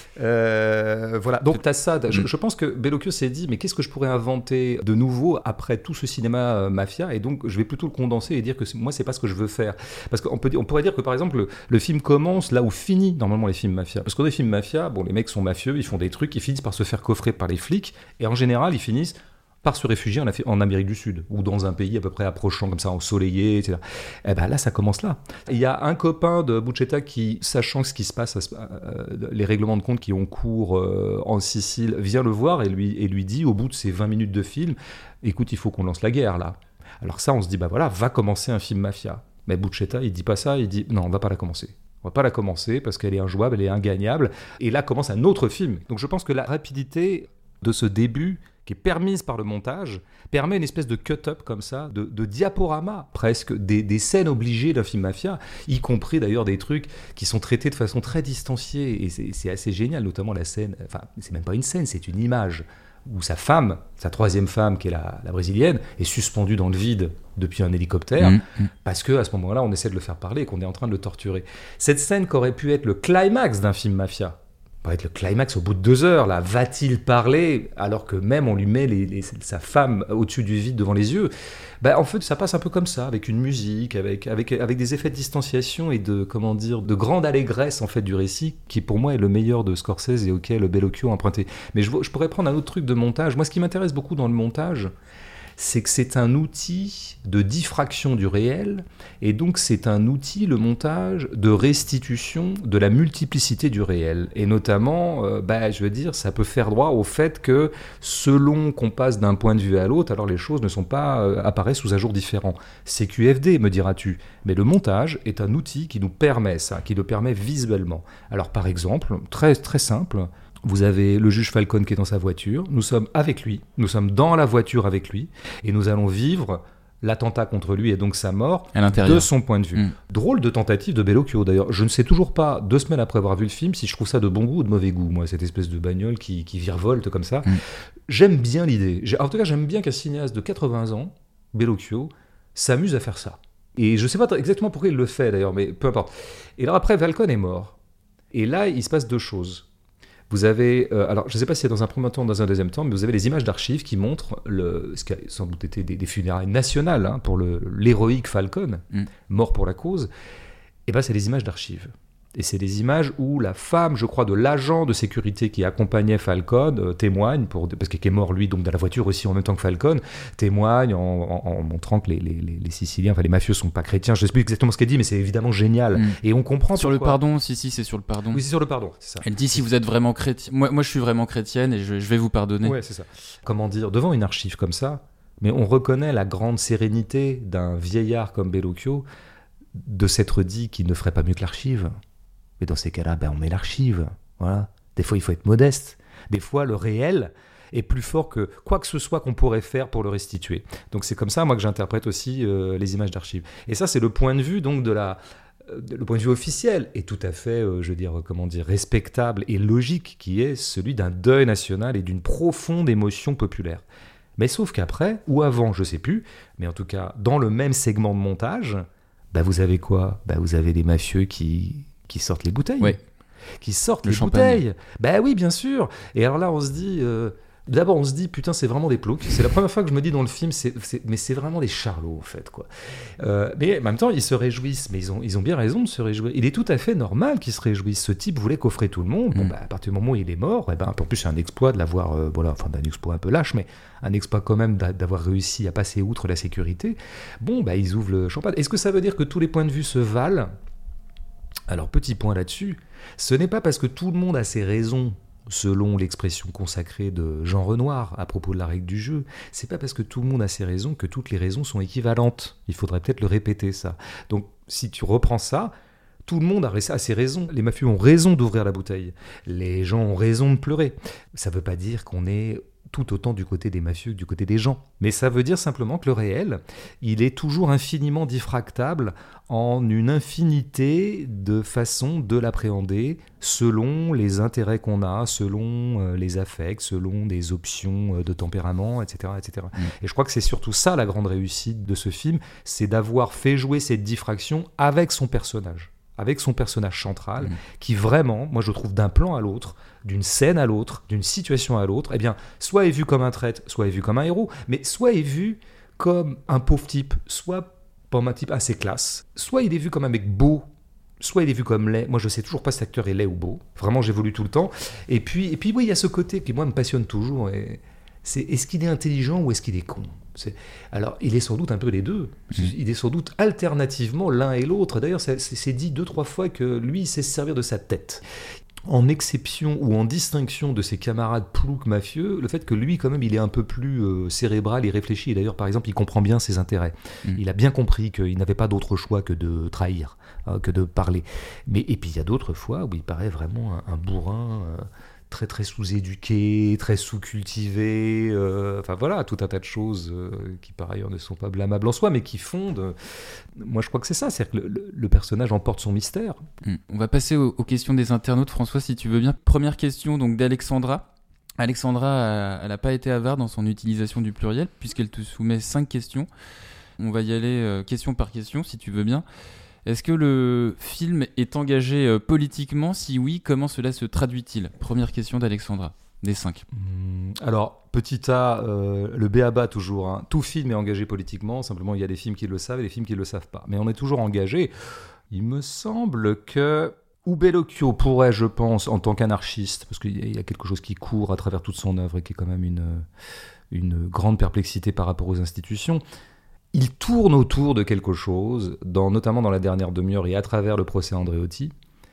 Euh, voilà. Donc, t'as ça. T'as, je, je pense que Bellocchio s'est dit, mais qu'est-ce que je pourrais inventer de nouveau après tout ce cinéma euh, mafia? Et donc, je vais plutôt le condenser et dire que c'est, moi, c'est pas ce que je veux faire. Parce qu'on peut, on pourrait dire que, par exemple, le, le film commence là où finit normalement les films mafia. Parce que dans les films mafia, bon, les mecs sont mafieux, ils font des trucs, ils finissent par se faire coffrer par les flics. Et en général, ils finissent par se réfugier en, en Amérique du Sud, ou dans un pays à peu près approchant, comme ça, ensoleillé, et cetera. Et ben là, ça commence là. Il y a un copain de Buscetta qui, sachant ce qui se passe, euh, les règlements de compte qui ont cours euh, en Sicile, vient le voir et lui, et lui dit, au bout de ces vingt minutes de film, écoute, il faut qu'on lance la guerre, là. Alors ça, on se dit, bah voilà, va commencer un film mafia. Mais Buscetta, il dit pas ça, il dit, non, on va pas la commencer. On va pas la commencer parce qu'elle est injouable, elle est ingagnable. Et là commence un autre film. Donc je pense que la rapidité de ce début, qui est permise par le montage, permet une espèce de cut-up comme ça, de, de diaporama presque, des, des scènes obligées d'un film mafia, y compris d'ailleurs des trucs qui sont traités de façon très distanciée, et c'est, c'est assez génial, notamment la scène, enfin c'est même pas une scène, c'est une image, où sa femme, sa troisième femme, qui est la, la brésilienne, est suspendue dans le vide depuis un hélicoptère, mmh, mmh. parce qu'à ce moment-là, on essaie de le faire parler et qu'on est en train de le torturer. Cette scène qui aurait pu être le climax d'un film mafia, pourrait être le climax au bout de deux heures, là, va-t-il parler alors que même on lui met les, les, sa femme au-dessus du vide devant les yeux? Ben, en fait, ça passe un peu comme ça, avec une musique, avec, avec, avec des effets de distanciation et de, comment dire, de grande allégresse en fait, du récit, qui pour moi est le meilleur de Scorsese et auquel Bellocchio a emprunté. Mais je, je pourrais prendre un autre truc de montage. Moi, ce qui m'intéresse beaucoup dans le montage, c'est que c'est un outil de diffraction du réel, et donc c'est un outil, le montage, de restitution de la multiplicité du réel. Et notamment, euh, bah, je veux dire, ça peut faire droit au fait que selon qu'on passe d'un point de vue à l'autre, alors les choses ne sont pas euh, apparaissent sous un jour différent. C'est Q F D, me diras-tu. Mais le montage est un outil qui nous permet ça, qui le permet visuellement. Alors par exemple, très, très simple, vous avez le juge Falcone qui est dans sa voiture, nous sommes avec lui, nous sommes dans la voiture avec lui, et nous allons vivre l'attentat contre lui et donc sa mort de son point de vue. Mmh. Drôle de tentative de Bellocchio d'ailleurs. Je ne sais toujours pas, deux semaines après avoir vu le film, si je trouve ça de bon goût ou de mauvais goût, moi, cette espèce de bagnole qui, qui virevolte comme ça. Mmh. J'aime bien l'idée. J'ai, en tout cas, j'aime bien qu'un cinéaste de quatre-vingts ans, Bellocchio, s'amuse à faire ça. Et je ne sais pas exactement pourquoi il le fait d'ailleurs, mais peu importe. Et alors après, Falcone est mort. Et là, il se passe deux choses. Vous avez, euh, alors je ne sais pas si c'est dans un premier temps ou dans un deuxième temps, mais vous avez les images d'archives qui montrent le, ce qui a sans doute été des, des funérailles nationales hein, pour le, l'héroïque Falcone, mm. mort pour la cause. Et bien c'est des images d'archives. Et c'est des images où la femme, je crois, de l'agent de sécurité qui accompagnait Falcone euh, témoigne, pour, parce qu'il est mort lui, donc dans la voiture aussi en même temps que Falcone, témoigne en, en, en montrant que les, les, les Siciliens, enfin les mafieux sont pas chrétiens. Je ne sais plus exactement ce qu'elle dit, mais c'est évidemment génial. Mm. Et on comprend sur pourquoi. le pardon, si si, c'est sur le pardon. Oui, c'est sur le pardon, c'est ça. Elle dit si vous êtes vraiment chrétien, moi, moi je suis vraiment chrétienne et je, je vais vous pardonner. Ouais, c'est ça. Comment dire, devant une archive comme ça, mais on reconnaît la grande sérénité d'un vieillard comme Bellocchio de s'être dit qu'il ne ferait pas mieux que l'archive. Mais dans ces cas-là, ben on met l'archive. Voilà. Des fois, il faut être modeste. Des fois, le réel est plus fort que quoi que ce soit qu'on pourrait faire pour le restituer. Donc c'est comme ça, moi, que j'interprète aussi euh, les images d'archives. Et ça, c'est le point de vue donc de la, euh, le point de vue officiel et tout à fait, euh, je veux dire, comment dire, respectable et logique, qui est celui d'un deuil national et d'une profonde émotion populaire. Mais sauf qu'après, ou avant, je sais plus, mais en tout cas, dans le même segment de montage, ben vous avez quoi ? Ben vous avez des mafieux qui qui sortent les bouteilles, ouais. qui sortent le les champagne. bouteilles. Ben oui, bien sûr. Et alors là, on se dit, euh, d'abord, on se dit, putain, c'est vraiment des ploucs. C'est la première fois que je me dis dans le film, c'est, c'est, mais c'est vraiment des charlots, en fait, quoi. Euh, mais en même temps, ils se réjouissent, mais ils ont, ils ont bien raison de se réjouir. Il est tout à fait normal qu'ils se réjouissent. Ce type voulait coffrer tout le monde. Bon, mmh. ben, à partir du moment où il est mort, et ben, en plus, c'est un exploit de l'avoir, euh, voilà, enfin, d'un exploit un peu lâche, mais un exploit quand même d'avoir réussi à passer outre la sécurité. Bon, ben, ils ouvrent le champagne. Est-ce que ça veut dire que tous les points de vue se valent ? Alors, petit point là-dessus, ce n'est pas parce que tout le monde a ses raisons, selon l'expression consacrée de Jean Renoir à propos de la règle du jeu, c'est pas parce que tout le monde a ses raisons que toutes les raisons sont équivalentes. Il faudrait peut-être le répéter, ça. Donc, si tu reprends ça, Tout le monde a ses raisons. Les mafieux ont raison d'ouvrir la bouteille. Les gens ont raison de pleurer. Ça ne veut pas dire qu'on est tout autant du côté des mafieux que du côté des gens. Mais ça veut dire simplement que le réel, il est toujours infiniment diffractable en une infinité de façons de l'appréhender selon les intérêts qu'on a, selon euh, les affects, selon des options euh, de tempérament, et cetera, et cetera. Mmh. Et je crois que c'est surtout ça la grande réussite de ce film, c'est d'avoir fait jouer cette diffraction avec son personnage. Avec son personnage central, mmh. qui vraiment, moi je trouve d'un plan à l'autre, d'une scène à l'autre, d'une situation à l'autre, eh bien, soit est vu comme un traître, soit est vu comme un héros, mais soit est vu comme un pauvre type, soit comme un type assez classe, soit il est vu comme un mec beau, soit il est vu comme laid. Moi je sais toujours pas si cet acteur est laid ou beau, vraiment j'évolue tout le temps. Et puis, et puis oui, il y a ce côté qui moi me passionne toujours, et c'est est-ce qu'il est intelligent ou est-ce qu'il est con ? C'est... Alors, il est sans doute un peu les deux. Il est sans doute alternativement l'un et l'autre. D'ailleurs, c'est, c'est dit deux, trois fois que lui, il sait se servir de sa tête. En exception ou en distinction de ses camarades ploucs mafieux, le fait que lui, quand même, il est un peu plus euh, cérébral et réfléchi. Et d'ailleurs, par exemple, il comprend bien ses intérêts. Mmh. Il a bien compris qu'il n'avait pas d'autre choix que de trahir, hein, que de parler. Mais, et puis, il y a d'autres fois où il paraît vraiment un, un bourrin... Euh, très très sous-éduqué, très sous-cultivé, euh, enfin voilà, tout un tas de choses euh, qui par ailleurs ne sont pas blâmables en soi, mais qui fondent. Euh, moi je crois que c'est ça, c'est-à-dire que le, le personnage emporte son mystère. Mmh. On va passer aux, aux questions des internautes, François, si tu veux bien. Première question donc d'Alexandra. Alexandra, elle n'a pas été avare dans son utilisation du pluriel, puisqu'elle te soumet cinq questions. On va y aller euh, question par question, si tu veux bien. Est-ce que le film est engagé euh, politiquement ? Si oui, comment cela se traduit-il ? Première question d'Alexandra, des cinq. Mmh, alors, petit A, euh, le b a ba toujours. Hein. Tout film est engagé politiquement, simplement il y a des films qui le savent et des films qui ne le savent pas. Mais on est toujours engagé. Il me semble que... Ou Bellocchio pourrait, je pense, en tant qu'anarchiste, parce qu'il y a quelque chose qui court à travers toute son œuvre et qui est quand même une, une grande perplexité par rapport aux institutions. Il tourne autour de quelque chose, dans, notamment dans la dernière demi-heure et à travers le procès Andreotti,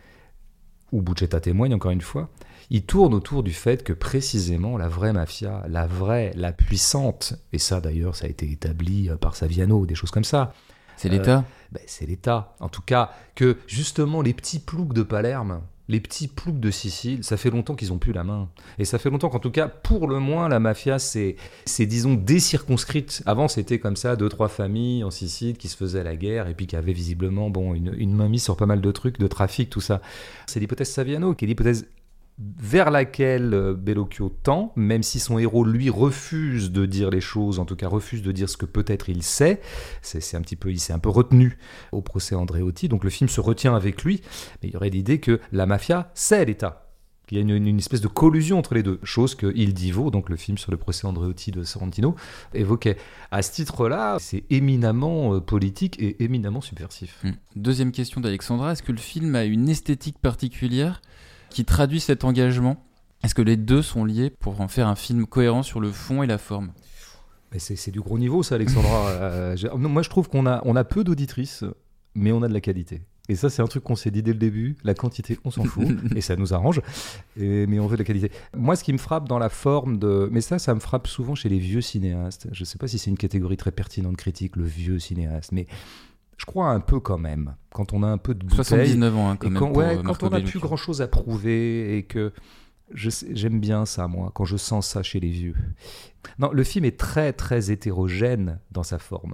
où Buscetta témoigne encore une fois, il tourne autour du fait que précisément la vraie mafia, la vraie, la puissante, et ça d'ailleurs ça a été établi par Saviano, des choses comme ça. C'est l'État euh, ben, C'est l'État. En tout cas, que justement les petits ploucs de Palerme, les petits ploucs de Sicile, ça fait longtemps qu'ils n'ont plus la main. Et ça fait longtemps qu'en tout cas, pour le moins, la mafia, c'est, c'est disons, décirconscrite. Avant, c'était comme ça, deux, trois familles en Sicile qui se faisaient la guerre et puis qui avaient visiblement bon, une, une main mise sur pas mal de trucs, de trafic, tout ça. C'est l'hypothèse Saviano, qui est l'hypothèse vers laquelle Bellocchio tend, même si son héros, lui, refuse de dire les choses, en tout cas refuse de dire ce que peut-être il sait. C'est, c'est un petit peu, il s'est un peu retenu au procès Andreotti, donc le film se retient avec lui, mais il y aurait l'idée que la mafia, c'est l'État. Il y a une, une espèce de collusion entre les deux, chose que Il Divo, donc le film sur le procès Andreotti de Sorrentino, évoquait. À ce titre-là, c'est éminemment euh, politique et éminemment subversif. Mmh. Deuxième question d'Alexandra, est-ce que le film a une esthétique particulière qui traduit cet engagement ? Est-ce que les deux sont liés pour en faire un film cohérent sur le fond et la forme ? Mais c'est, c'est du gros niveau ça, Alexandra. euh, moi je trouve qu'on a, on a peu d'auditrices, mais on a de la qualité. Et ça c'est un truc qu'on s'est dit dès le début, la quantité on s'en fout, et ça nous arrange, et, mais on veut de la qualité. Moi ce qui me frappe dans la forme de... Mais ça, ça me frappe souvent chez les vieux cinéastes. Je ne sais pas si c'est une catégorie très pertinente critique, le vieux cinéaste, mais... Je crois un peu quand même, quand on a un peu de bouteille. soixante-dix-neuf ans hein, quand et même. Quand, ouais, pour, quand on n'a plus grand-chose à prouver et que je sais, j'aime bien ça, moi, quand je sens ça chez les vieux. Non, le film est très, très hétérogène dans sa forme.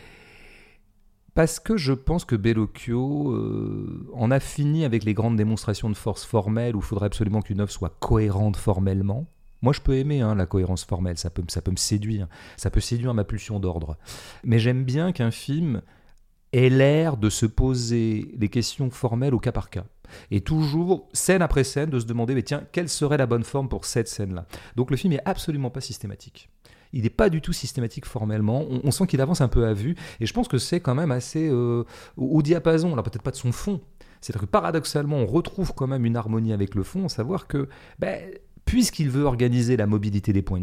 Parce que je pense que Bellocchio euh, en a fini avec les grandes démonstrations de force formelle où il faudrait absolument qu'une œuvre soit cohérente formellement. Moi, je peux aimer hein, la cohérence formelle, ça peut, ça peut me séduire. Ça peut séduire ma pulsion d'ordre. Mais j'aime bien qu'un film... ait l'air de se poser les questions formelles au cas par cas. Et toujours, scène après scène, de se demander, mais tiens, quelle serait la bonne forme pour cette scène-là ? Donc le film n'est absolument pas systématique. Il n'est pas du tout systématique formellement. On, on sent qu'il avance un peu à vue. Et je pense que c'est quand même assez euh, au, au diapason, alors peut-être pas de son fond. C'est-à-dire que paradoxalement, on retrouve quand même une harmonie avec le fond, à savoir que, ben, puisqu'il veut organiser la mobilité des points de vue,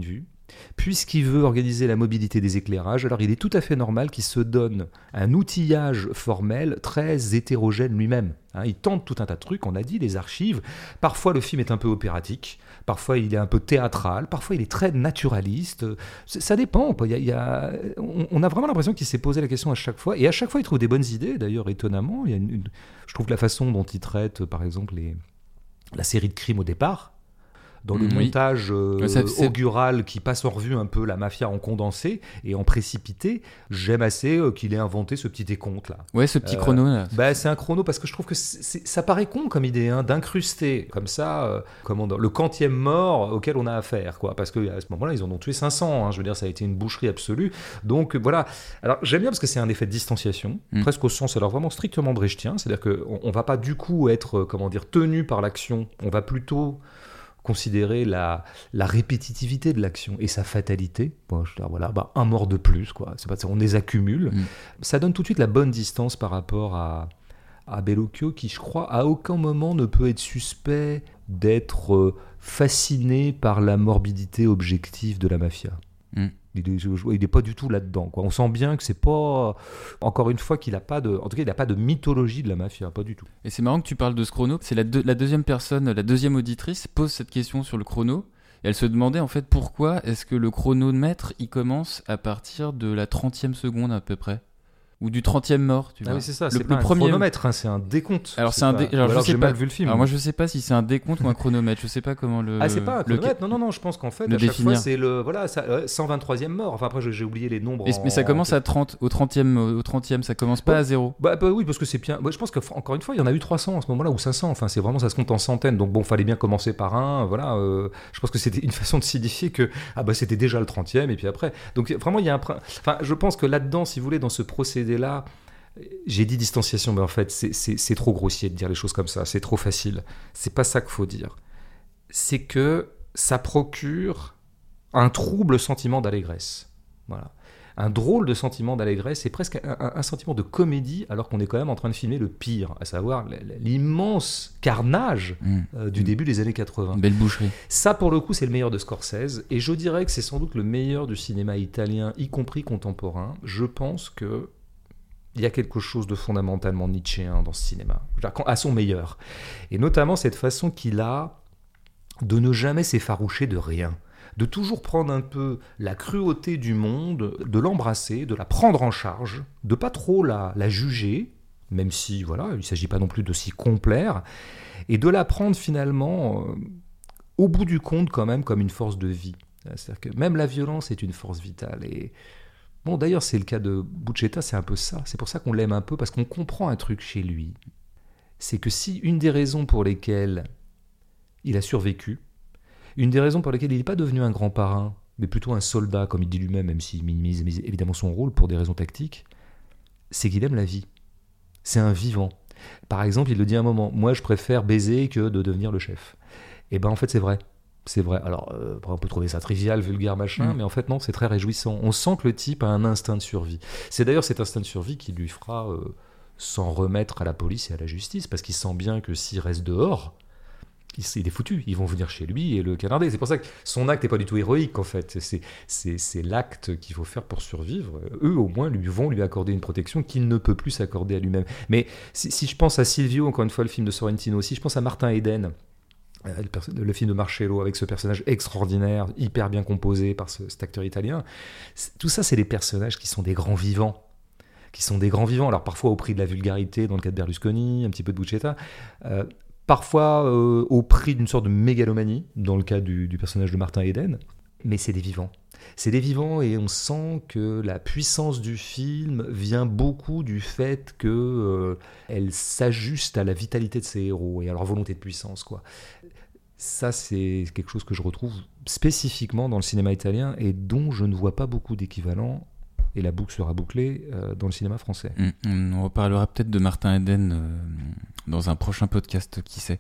puisqu'il veut organiser la mobilité des éclairages, alors il est tout à fait normal qu'il se donne un outillage formel très hétérogène lui-même. Hein, il tente tout un tas de trucs, on a dit, les archives. Parfois, le film est un peu opératique, parfois, il est un peu théâtral, parfois, il est très naturaliste. Ça dépend. Quoi. Il y a, il y a, on, on a vraiment l'impression qu'il s'est posé la question à chaque fois, et à chaque fois, il trouve des bonnes idées, d'ailleurs, étonnamment. Il y a une, une, je trouve que la façon dont il traite, par exemple, les, la série de crimes au départ, dans le oui. montage euh, ça, c'est... augural qui passe en revue un peu la mafia en condensé et en précipité, j'aime assez euh, qu'il ait inventé ce petit décompte là. Ouais, ce petit euh, chrono là. Bah, c'est un chrono parce que je trouve que c'est, c'est, ça paraît con comme idée, hein, d'incruster comme ça euh, comment, le quantième mort auquel on a affaire, quoi. Parce qu'à ce moment-là, ils en ont tué cinq cents. Hein, je veux dire, ça a été une boucherie absolue. Donc voilà. Alors j'aime bien parce que c'est un effet de distanciation, mm. presque au sens alors vraiment strictement brechtien. C'est-à-dire qu'on on va pas du coup être comment dire tenu par l'action. On va plutôt considérer la, la répétitivité de l'action et sa fatalité. Bon, je veux dire, voilà, bah, un mort de plus, quoi. C'est pas, on les accumule. Mm. Ça donne tout de suite la bonne distance par rapport à, à Bellocchio, qui, je crois, à aucun moment ne peut être suspect d'être euh, fasciné par la morbidité objective de la mafia. Mm. Il n'est pas du tout là-dedans, quoi. On sent bien que c'est pas, encore une fois, qu'il n'a pas de, en tout cas, il n'a pas de mythologie de la mafia, pas du tout. Et c'est marrant que tu parles de ce chrono. C'est la, de, la deuxième personne, la deuxième auditrice pose cette question sur le chrono. Et elle se demandait en fait pourquoi est-ce que le chronomètre il commence à partir de la trentième seconde à peu près. Ou du trentième mort, tu vois. Ah oui, c'est ça, le, c'est le pas un premier... chronomètre, hein, c'est un décompte. Alors, c'est, c'est un pas... dé... alors, alors je sais j'ai pas... mal vu le film. Alors moi je sais pas si c'est un décompte ou un chronomètre, je sais pas comment le... Ah, c'est pas un chronomètre, le... non, non, non, je pense qu'en fait, le à chaque définir. fois, c'est le voilà, ça, euh, cent vingt-troisième mort. Enfin, après, j'ai, j'ai oublié les nombres. Et, en... Mais ça commence à trente, au trentième, au trentième, ça commence pas ouais. à zéro. Bah, bah oui, parce que c'est bien. Bah, je pense qu'encore une fois, il y en a eu trois cents à ce moment-là, ou cinq cents. Enfin, c'est vraiment, ça se compte en centaines. Donc bon, fallait bien commencer par un. Voilà, euh, je pense que c'était une façon de signifier que ah bah c'était déjà le trentième, et puis après. Donc vraiment, il y a un. Enfin, je pense que là-dedans, si vous voulez, dans ce procédé-là. J'ai dit distanciation, mais en fait, c'est, c'est, c'est trop grossier de dire les choses comme ça. C'est trop facile. C'est pas ça qu'il faut dire. C'est que ça procure un trouble sentiment d'allégresse. Voilà. Un drôle de sentiment d'allégresse et presque un, un, un sentiment de comédie, alors qu'on est quand même en train de filmer le pire, à savoir l'immense carnage mmh. euh, du mmh. début des années quatre-vingts. Une belle boucherie. Ça, pour le coup, c'est le meilleur de Scorsese. Et je dirais que c'est sans doute le meilleur du cinéma italien, y compris contemporain. Je pense que il y a quelque chose de fondamentalement nietzschéen dans ce cinéma, à son meilleur. Et notamment cette façon qu'il a de ne jamais s'effaroucher de rien, de toujours prendre un peu la cruauté du monde, de l'embrasser, de la prendre en charge, de pas trop la, la juger, même si voilà, il ne s'agit pas non plus de s'y complaire, et de la prendre finalement, euh, au bout du compte quand même, comme une force de vie. C'est-à-dire que même la violence est une force vitale. Et bon, d'ailleurs, c'est le cas de Buscetta, c'est un peu ça. C'est pour ça qu'on l'aime un peu, parce qu'on comprend un truc chez lui. C'est que si une des raisons pour lesquelles il a survécu, une des raisons pour lesquelles il n'est pas devenu un grand parrain, mais plutôt un soldat, comme il dit lui-même, même s'il minimise évidemment son rôle pour des raisons tactiques, c'est qu'il aime la vie. C'est un vivant. Par exemple, il le dit à un moment, « Moi, je préfère baiser que de devenir le chef. » Et ben en fait, c'est vrai. C'est vrai. Alors, euh, on peut trouver ça trivial, vulgaire, machin, mmh. mais en fait, non, c'est très réjouissant. On sent que le type a un instinct de survie. C'est d'ailleurs cet instinct de survie qui lui fera euh, s'en remettre à la police et à la justice, parce qu'il sent bien que s'il reste dehors, il, il est foutu. Ils vont venir chez lui et le canarder. C'est pour ça que son acte n'est pas du tout héroïque, en fait. C'est, c'est, c'est l'acte qu'il faut faire pour survivre. Eux, au moins, lui vont lui accorder une protection qu'il ne peut plus s'accorder à lui-même. Mais si, si je pense à Silvio, encore une fois, le film de Sorrentino, si je pense à Martin Eden, Le, perso- le film de Marcello avec ce personnage extraordinaire, hyper bien composé par ce, cet acteur italien. Tout ça, c'est des personnages qui sont des grands vivants. Qui sont des grands vivants. Alors parfois au prix de la vulgarité, dans le cas de Berlusconi, un petit peu de Buscetta. Euh, parfois euh, au prix d'une sorte de mégalomanie, dans le cas du, du personnage de Martin Eden. Mais c'est des vivants. C'est des vivants et on sent que la puissance du film vient beaucoup du fait qu'elle euh, s'ajuste à la vitalité de ses héros et à leur volonté de puissance, quoi. Ça, c'est quelque chose que je retrouve spécifiquement dans le cinéma italien et dont je ne vois pas beaucoup d'équivalents, et la boucle sera bouclée, euh, dans le cinéma français. Mmh, on reparlera peut-être de Martin Eden euh, dans un prochain podcast, qui sait.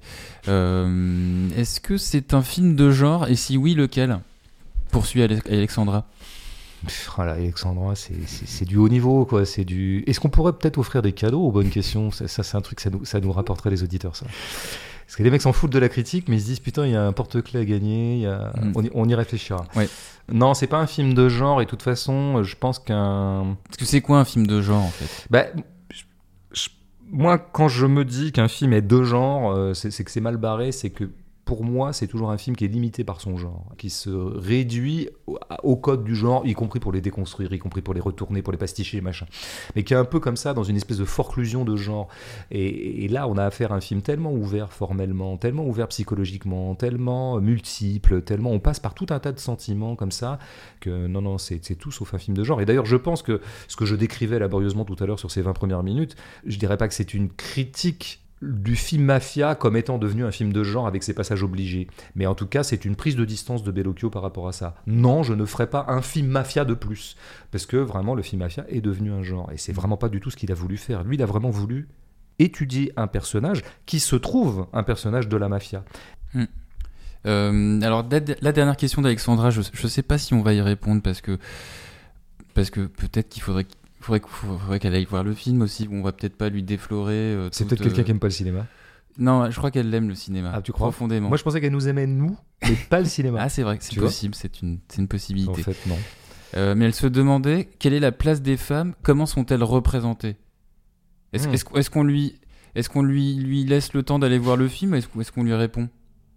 Euh, est-ce que c'est un film de genre, et si oui, lequel ? Poursuit Alexandra. Voilà, Alexandra, c'est, c'est, c'est du haut niveau, quoi. C'est du... Est-ce qu'on pourrait peut-être offrir des cadeaux aux bonnes questions ? Ça, ça c'est un truc, ça nous, ça nous rapporterait les auditeurs, ça. Parce que les mecs s'en foutent de la critique, mais ils se disent putain, il y a un porte-clés à gagner, il y a... mm. on, y, on y réfléchira. Ouais. Non, c'est pas un film de genre, et de toute façon, je pense qu'un. Parce que c'est quoi un film de genre en fait? Bah, je, je, moi, quand je me dis qu'un film est de genre, euh, c'est, c'est que c'est mal barré, c'est que pour moi, c'est toujours un film qui est limité par son genre, qui se réduit au, au code du genre, y compris pour les déconstruire, y compris pour les retourner, pour les pasticher, machin. Mais qui est un peu comme ça, dans une espèce de forclusion de genre. Et, et là, on a affaire à un film tellement ouvert formellement, tellement ouvert psychologiquement, tellement multiple, tellement on passe par tout un tas de sentiments comme ça, que non, non, c'est, c'est tout sauf un film de genre. Et d'ailleurs, je pense que ce que je décrivais laborieusement tout à l'heure sur ces vingt premières minutes, je dirais pas que c'est une critique du film Mafia comme étant devenu un film de genre avec ses passages obligés. Mais en tout cas, c'est une prise de distance de Bellocchio par rapport à ça. Non, je ne ferai pas un film Mafia de plus. Parce que vraiment, le film Mafia est devenu un genre. Et c'est vraiment pas du tout ce qu'il a voulu faire. Lui, il a vraiment voulu étudier un personnage qui se trouve un personnage de la Mafia. Mmh. Euh, alors, la dernière question d'Alexandra, je ne sais pas si on va y répondre parce que, parce que peut-être qu'il faudrait... Il faudrait, faudrait qu'elle aille voir le film aussi. On va peut-être pas lui déflorer. Euh, c'est toute, peut-être quelqu'un euh... qui aime pas le cinéma. Non, je crois qu'elle aime le cinéma. Ah, tu crois? Profondément. Moi, je pensais qu'elle nous aimait nous, mais pas le cinéma. Ah, c'est vrai que c'est tu possible. C'est une, c'est une possibilité. En fait, non. Euh, mais elle se demandait quelle est la place des femmes. Comment sont-elles représentées? Est-ce, mmh. est-ce, est-ce qu'on lui, est-ce qu'on lui, lui laisse le temps d'aller voir le film? Est-ce, est-ce qu'on lui répond?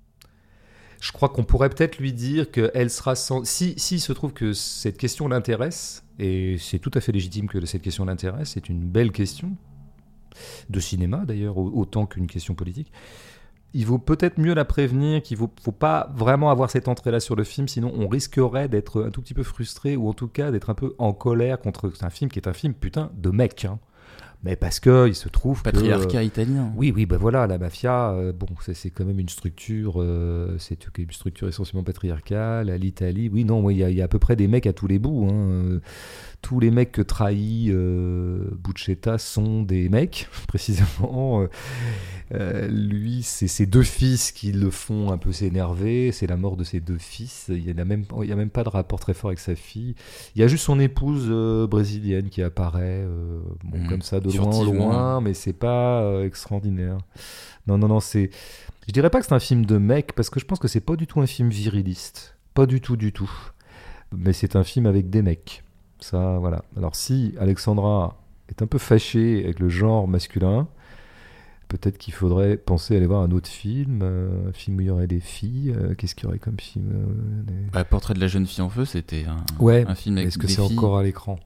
Je crois qu'on pourrait peut-être lui dire qu'elle sera sans... Si, si il se trouve que cette question l'intéresse, et c'est tout à fait légitime que cette question l'intéresse, c'est une belle question, de cinéma d'ailleurs, autant qu'une question politique, il vaut peut-être mieux la prévenir qu'il ne faut, faut pas vraiment avoir cette entrée-là sur le film, sinon on risquerait d'être un tout petit peu frustré, ou en tout cas d'être un peu en colère contre un film qui est un film, putain, de mec, hein. Mais parce que il se trouve patriarcat que, italien. Oui, oui, ben voilà, la mafia, euh, bon, c'est, c'est quand même une structure, euh, c'est une structure essentiellement patriarcale. À l'Italie, oui, non, il y, y a à peu près des mecs à tous les bouts. Hein. Tous les mecs que trahit euh, Buscetta sont des mecs, précisément. Euh, lui, c'est ses deux fils qui le font un peu s'énerver. C'est la mort de ses deux fils. Il n'y a même, il y a même pas de rapport très fort avec sa fille. Il y a juste son épouse euh, brésilienne qui apparaît, euh, bon, mmh, comme ça, de loin, loin, mais c'est pas euh, extraordinaire. Non, non, non, c'est... Je dirais pas que c'est un film de mec, parce que je pense que c'est pas du tout un film viriliste. Pas du tout, du tout. Mais c'est un film avec des mecs. Ça, voilà. Alors si Alexandra est un peu fâchée avec le genre masculin, peut-être qu'il faudrait penser à aller voir un autre film, euh, un film où il y aurait des filles. Euh, qu'est-ce qu'il y aurait comme film euh, des... bah, Portrait de la jeune fille en feu, c'était un, ouais, un film avec est-ce que des c'est filles. encore à l'écran?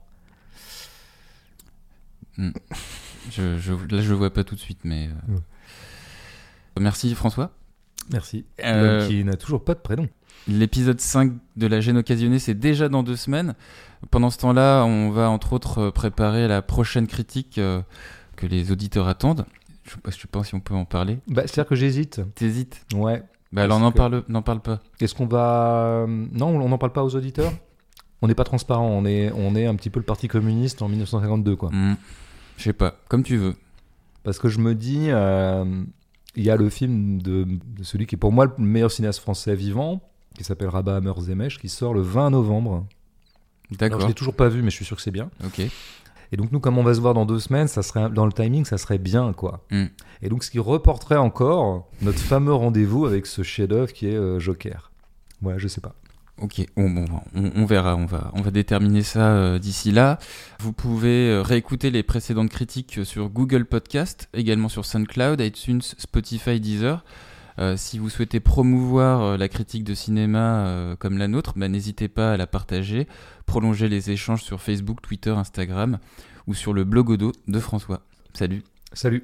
hmm. je, je, Là, je le vois pas tout de suite, mais... Euh... Ouais. Merci François. Merci. Euh... L'homme qui n'a toujours pas de prénom. L'épisode cinq de La Gêne Occasionnée, c'est déjà dans deux semaines. Pendant ce temps-là, on va entre autres préparer la prochaine critique euh, que les auditeurs attendent. Je sais pas, je sais pas si on peut en parler. Bah, c'est-à-dire que j'hésite. T'hésites? Ouais. Bah alors n'en que... parle, n'en parle pas. Est-ce qu'on va... Non, on n'en parle pas aux auditeurs? On n'est pas transparent, on est, on est un petit peu le Parti communiste en dix-neuf cent cinquante-deux, quoi. Mmh. Je sais pas, comme tu veux. Parce que je me dis, euh, il y a le film de, de celui qui est pour moi le meilleur cinéaste français vivant, qui s'appelle Rabat Hammer Zemesh, qui sort le vingt novembre. D'accord. Alors, je l'ai toujours pas vu, mais je suis sûr que c'est bien. Ok. Et donc nous, comme on va se voir dans deux semaines, ça serait dans le timing, ça serait bien, quoi. Mm. Et donc ce qui reporterait encore notre fameux rendez-vous avec ce chef-d'œuvre qui est euh, Joker. Ouais, je sais pas. Ok, bon, bon, on, on verra, on va, on va déterminer ça euh, d'ici là. Vous pouvez euh, réécouter les précédentes critiques sur Google Podcast, également sur SoundCloud, iTunes, Spotify, Deezer. Euh, si vous souhaitez promouvoir euh, la critique de cinéma euh, comme la nôtre, bah, n'hésitez pas à la partager, prolonger les échanges sur Facebook, Twitter, Instagram ou sur le blog Odo de François. Salut. Salut.